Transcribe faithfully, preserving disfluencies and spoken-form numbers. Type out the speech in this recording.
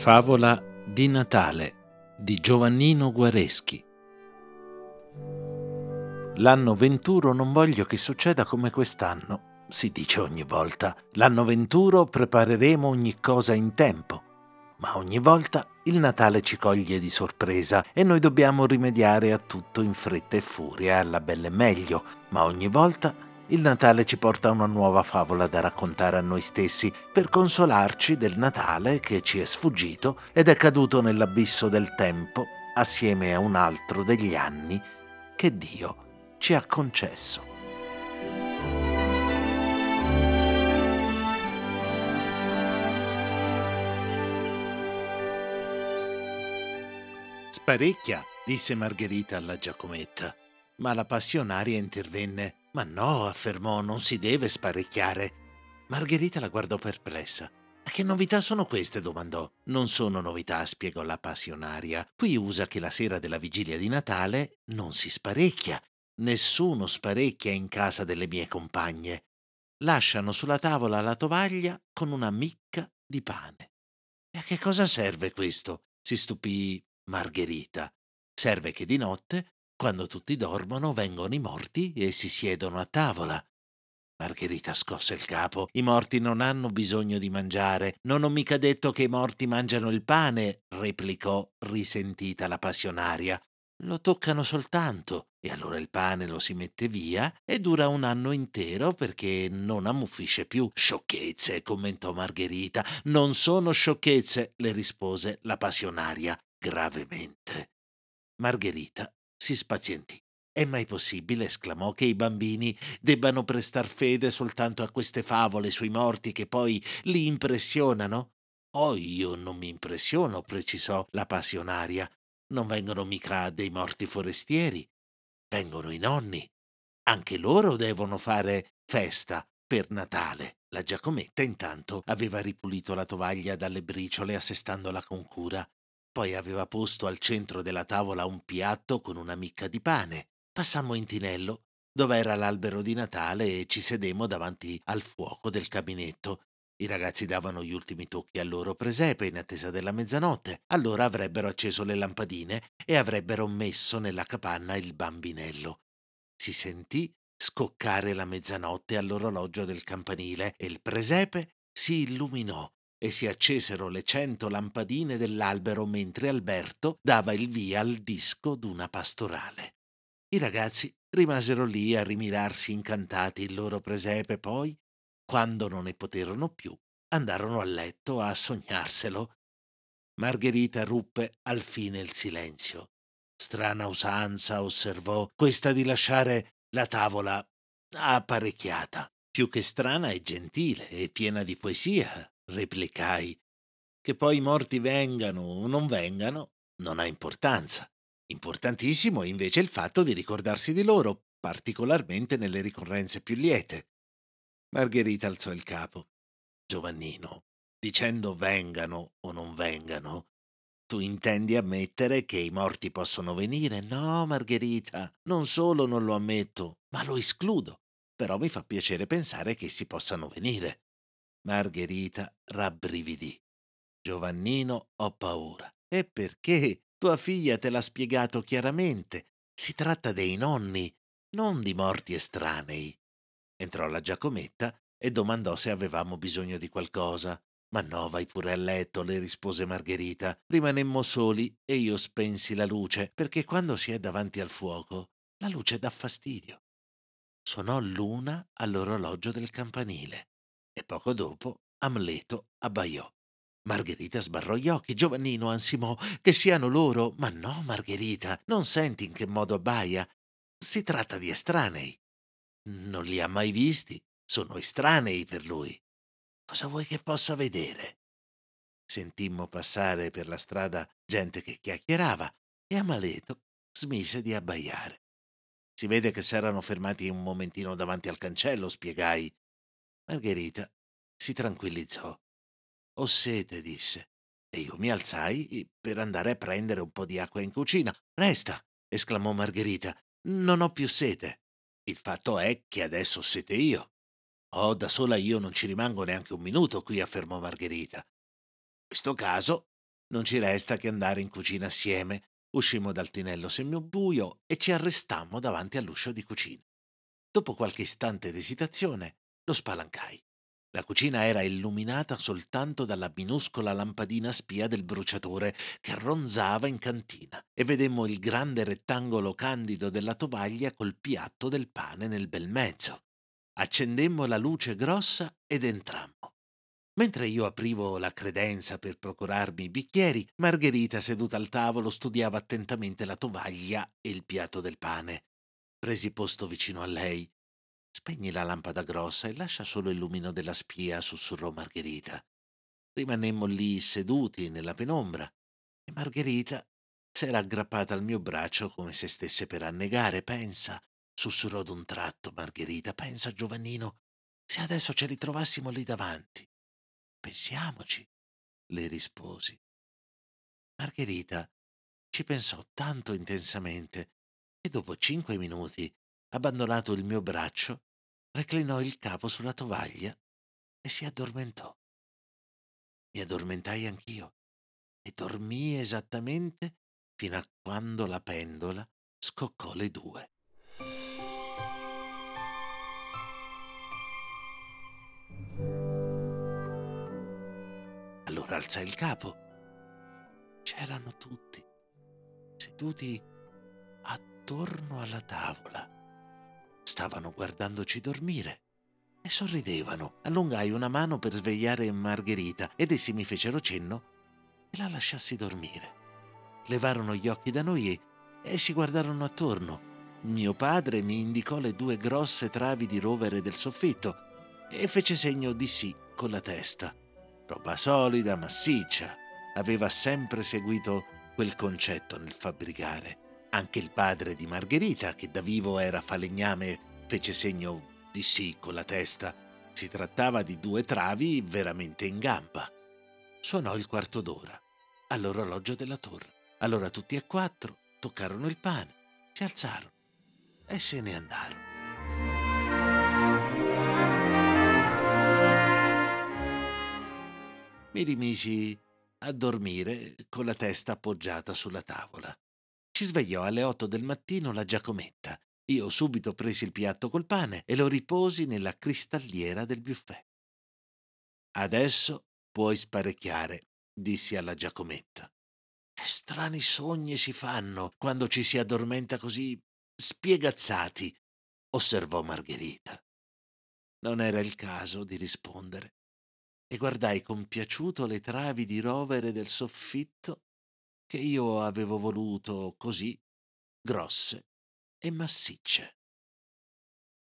Favola di Natale di Giovannino Guareschi. L'anno venturo non voglio che succeda come quest'anno, si dice ogni volta. L'anno venturo prepareremo ogni cosa in tempo, ma ogni volta il Natale ci coglie di sorpresa e noi dobbiamo rimediare a tutto in fretta e furia, alla bella e meglio, ma ogni volta il Natale ci porta una nuova favola da raccontare a noi stessi per consolarci del Natale che ci è sfuggito ed è caduto nell'abisso del tempo assieme a un altro degli anni che Dio ci ha concesso. Sparecchia, disse Margherita alla Giacometta, ma la passionaria intervenne. Ma no, affermò, non si deve sparecchiare. Margherita la guardò perplessa. Che novità sono queste? Domandò. Non sono novità, spiegò la passionaria. Qui usa che la sera della vigilia di Natale non si sparecchia. Nessuno sparecchia in casa delle mie compagne. Lasciano sulla tavola la tovaglia con una micca di pane. E a che cosa serve questo? Si stupì Margherita. Serve che di notte, quando tutti dormono, vengono i morti e si siedono a tavola. Margherita scosse il capo. I morti non hanno bisogno di mangiare. Non ho mica detto che i morti mangiano il pane, replicò risentita la passionaria. Lo toccano soltanto, e allora il pane lo si mette via e dura un anno intero perché non ammuffisce più. Sciocchezze, commentò Margherita. Non sono sciocchezze, le rispose la passionaria gravemente. Margherita si spazientì. È mai possibile, esclamò, che i bambini debbano prestar fede soltanto a queste favole sui morti che poi li impressionano? Oh, io non mi impressiono, precisò la passionaria. Non vengono mica dei morti forestieri, vengono i nonni. Anche loro devono fare festa per Natale. La Giacometta intanto aveva ripulito la tovaglia dalle briciole assestandola con cura. Poi aveva posto al centro della tavola un piatto con una micca di pane. Passammo in tinello, dove era l'albero di Natale, e ci sedemmo davanti al fuoco del caminetto. I ragazzi davano gli ultimi tocchi al loro presepe in attesa della mezzanotte. Allora avrebbero acceso le lampadine e avrebbero messo nella capanna il bambinello. Si sentì scoccare la mezzanotte all'orologio del campanile e il presepe si illuminò e si accesero le cento lampadine dell'albero mentre Alberto dava il via al disco d'una pastorale. I ragazzi rimasero lì a rimirarsi incantati il loro presepe, poi, quando non ne poterono più, andarono a letto a sognarselo. Margherita ruppe alfine il silenzio. Strana usanza, osservò, questa di lasciare la tavola apparecchiata. Più che strana è gentile e piena di poesia, replicai. Che poi i morti vengano o non vengano non ha importanza. Importantissimo è invece il fatto di ricordarsi di loro, particolarmente nelle ricorrenze più liete. Margherita alzò il capo. Giovannino, dicendo vengano o non vengano, tu intendi ammettere che i morti possono venire? No, Margherita, non solo non lo ammetto, ma lo escludo. Però mi fa piacere pensare che si possano venire. Margherita rabbrividì. Giovannino, ho paura. E perché? Tua figlia te l'ha spiegato chiaramente. Si tratta dei nonni, non di morti estranei. Entrò la Giacometta e domandò se avevamo bisogno di qualcosa. Ma no, vai pure a letto, le rispose Margherita. Rimanemmo soli e io spensi la luce, perché quando si è davanti al fuoco, la luce dà fastidio. Suonò l'una all'orologio del campanile e poco dopo Amleto abbaiò. Margherita sbarrò gli occhi. Giovannino ansimò che siano loro. Ma no, Margherita, non senti in che modo abbaia? Si tratta di estranei. Non li ha mai visti, sono estranei per lui. Cosa vuoi che possa vedere? Sentimmo passare per la strada gente che chiacchierava e Amaleto smise di abbaiare. Si vede che s'erano fermati un momentino davanti al cancello, spiegai. Margherita si tranquillizzò. Ho sete, disse, e io mi alzai per andare a prendere un po' di acqua in cucina. Resta, esclamò Margherita, non ho più sete. Il fatto è che adesso ho sete io. Oh, da sola io non ci rimango neanche un minuto qui, affermò Margherita. In questo caso Non ci resta che andare in cucina assieme. Uscimmo dal tinello semibuio e ci arrestammo davanti all'uscio di cucina. Dopo qualche istante d'esitazione, lo spalancai. La cucina era illuminata soltanto dalla minuscola lampadina spia del bruciatore che ronzava in cantina e vedemmo il grande rettangolo candido della tovaglia col piatto del pane nel bel mezzo. Accendemmo la luce grossa ed entrammo. Mentre io aprivo la credenza per procurarmi i bicchieri, Margherita, seduta al tavolo, studiava attentamente la tovaglia e il piatto del pane. Presi posto vicino a lei. «Spegni la lampada grossa e lascia solo il lumino della spia», sussurrò Margherita. Rimanemmo lì seduti nella penombra e Margherita s'era aggrappata al mio braccio come se stesse per annegare. «Pensa», sussurrò d'un tratto Margherita, «pensa, Giovannino, se adesso ce li trovassimo lì davanti». «Pensiamoci», le risposi. Margherita ci pensò tanto intensamente e dopo cinque minuti, abbandonato il mio braccio, reclinò il capo sulla tovaglia e si addormentò. Mi addormentai anch'io e dormii esattamente fino a quando la pendola scoccò le due. Allora alzai il capo. C'erano tutti seduti attorno alla tavola. Stavano guardandoci dormire e sorridevano. Allungai una mano per svegliare Margherita ed essi mi fecero cenno e la lasciassi dormire. Levarono gli occhi da noi e, e si guardarono attorno. Mio padre mi indicò le due grosse travi di rovere del soffitto e fece segno di sì con la testa. Roba solida, massiccia. Aveva sempre seguito quel concetto nel fabbricare. Anche il padre di Margherita, che da vivo era falegname, fece segno di sì con la testa. Si trattava di due travi veramente in gamba. Suonò il quarto d'ora, all'orologio della torre. Allora tutti e quattro toccarono il pane, si alzarono e se ne andarono. Mi rimisi a dormire con la testa appoggiata sulla tavola. Ci svegliò alle otto del mattino la Giacometta. Io subito presi il piatto col pane e lo riposi nella cristalliera del buffet. «Adesso puoi sparecchiare», dissi alla Giacometta. «Che strani sogni si fanno quando ci si addormenta così spiegazzati», osservò Margherita. Non era il caso di rispondere e guardai compiaciuto le travi di rovere del soffitto che io avevo voluto così grosse e massicce.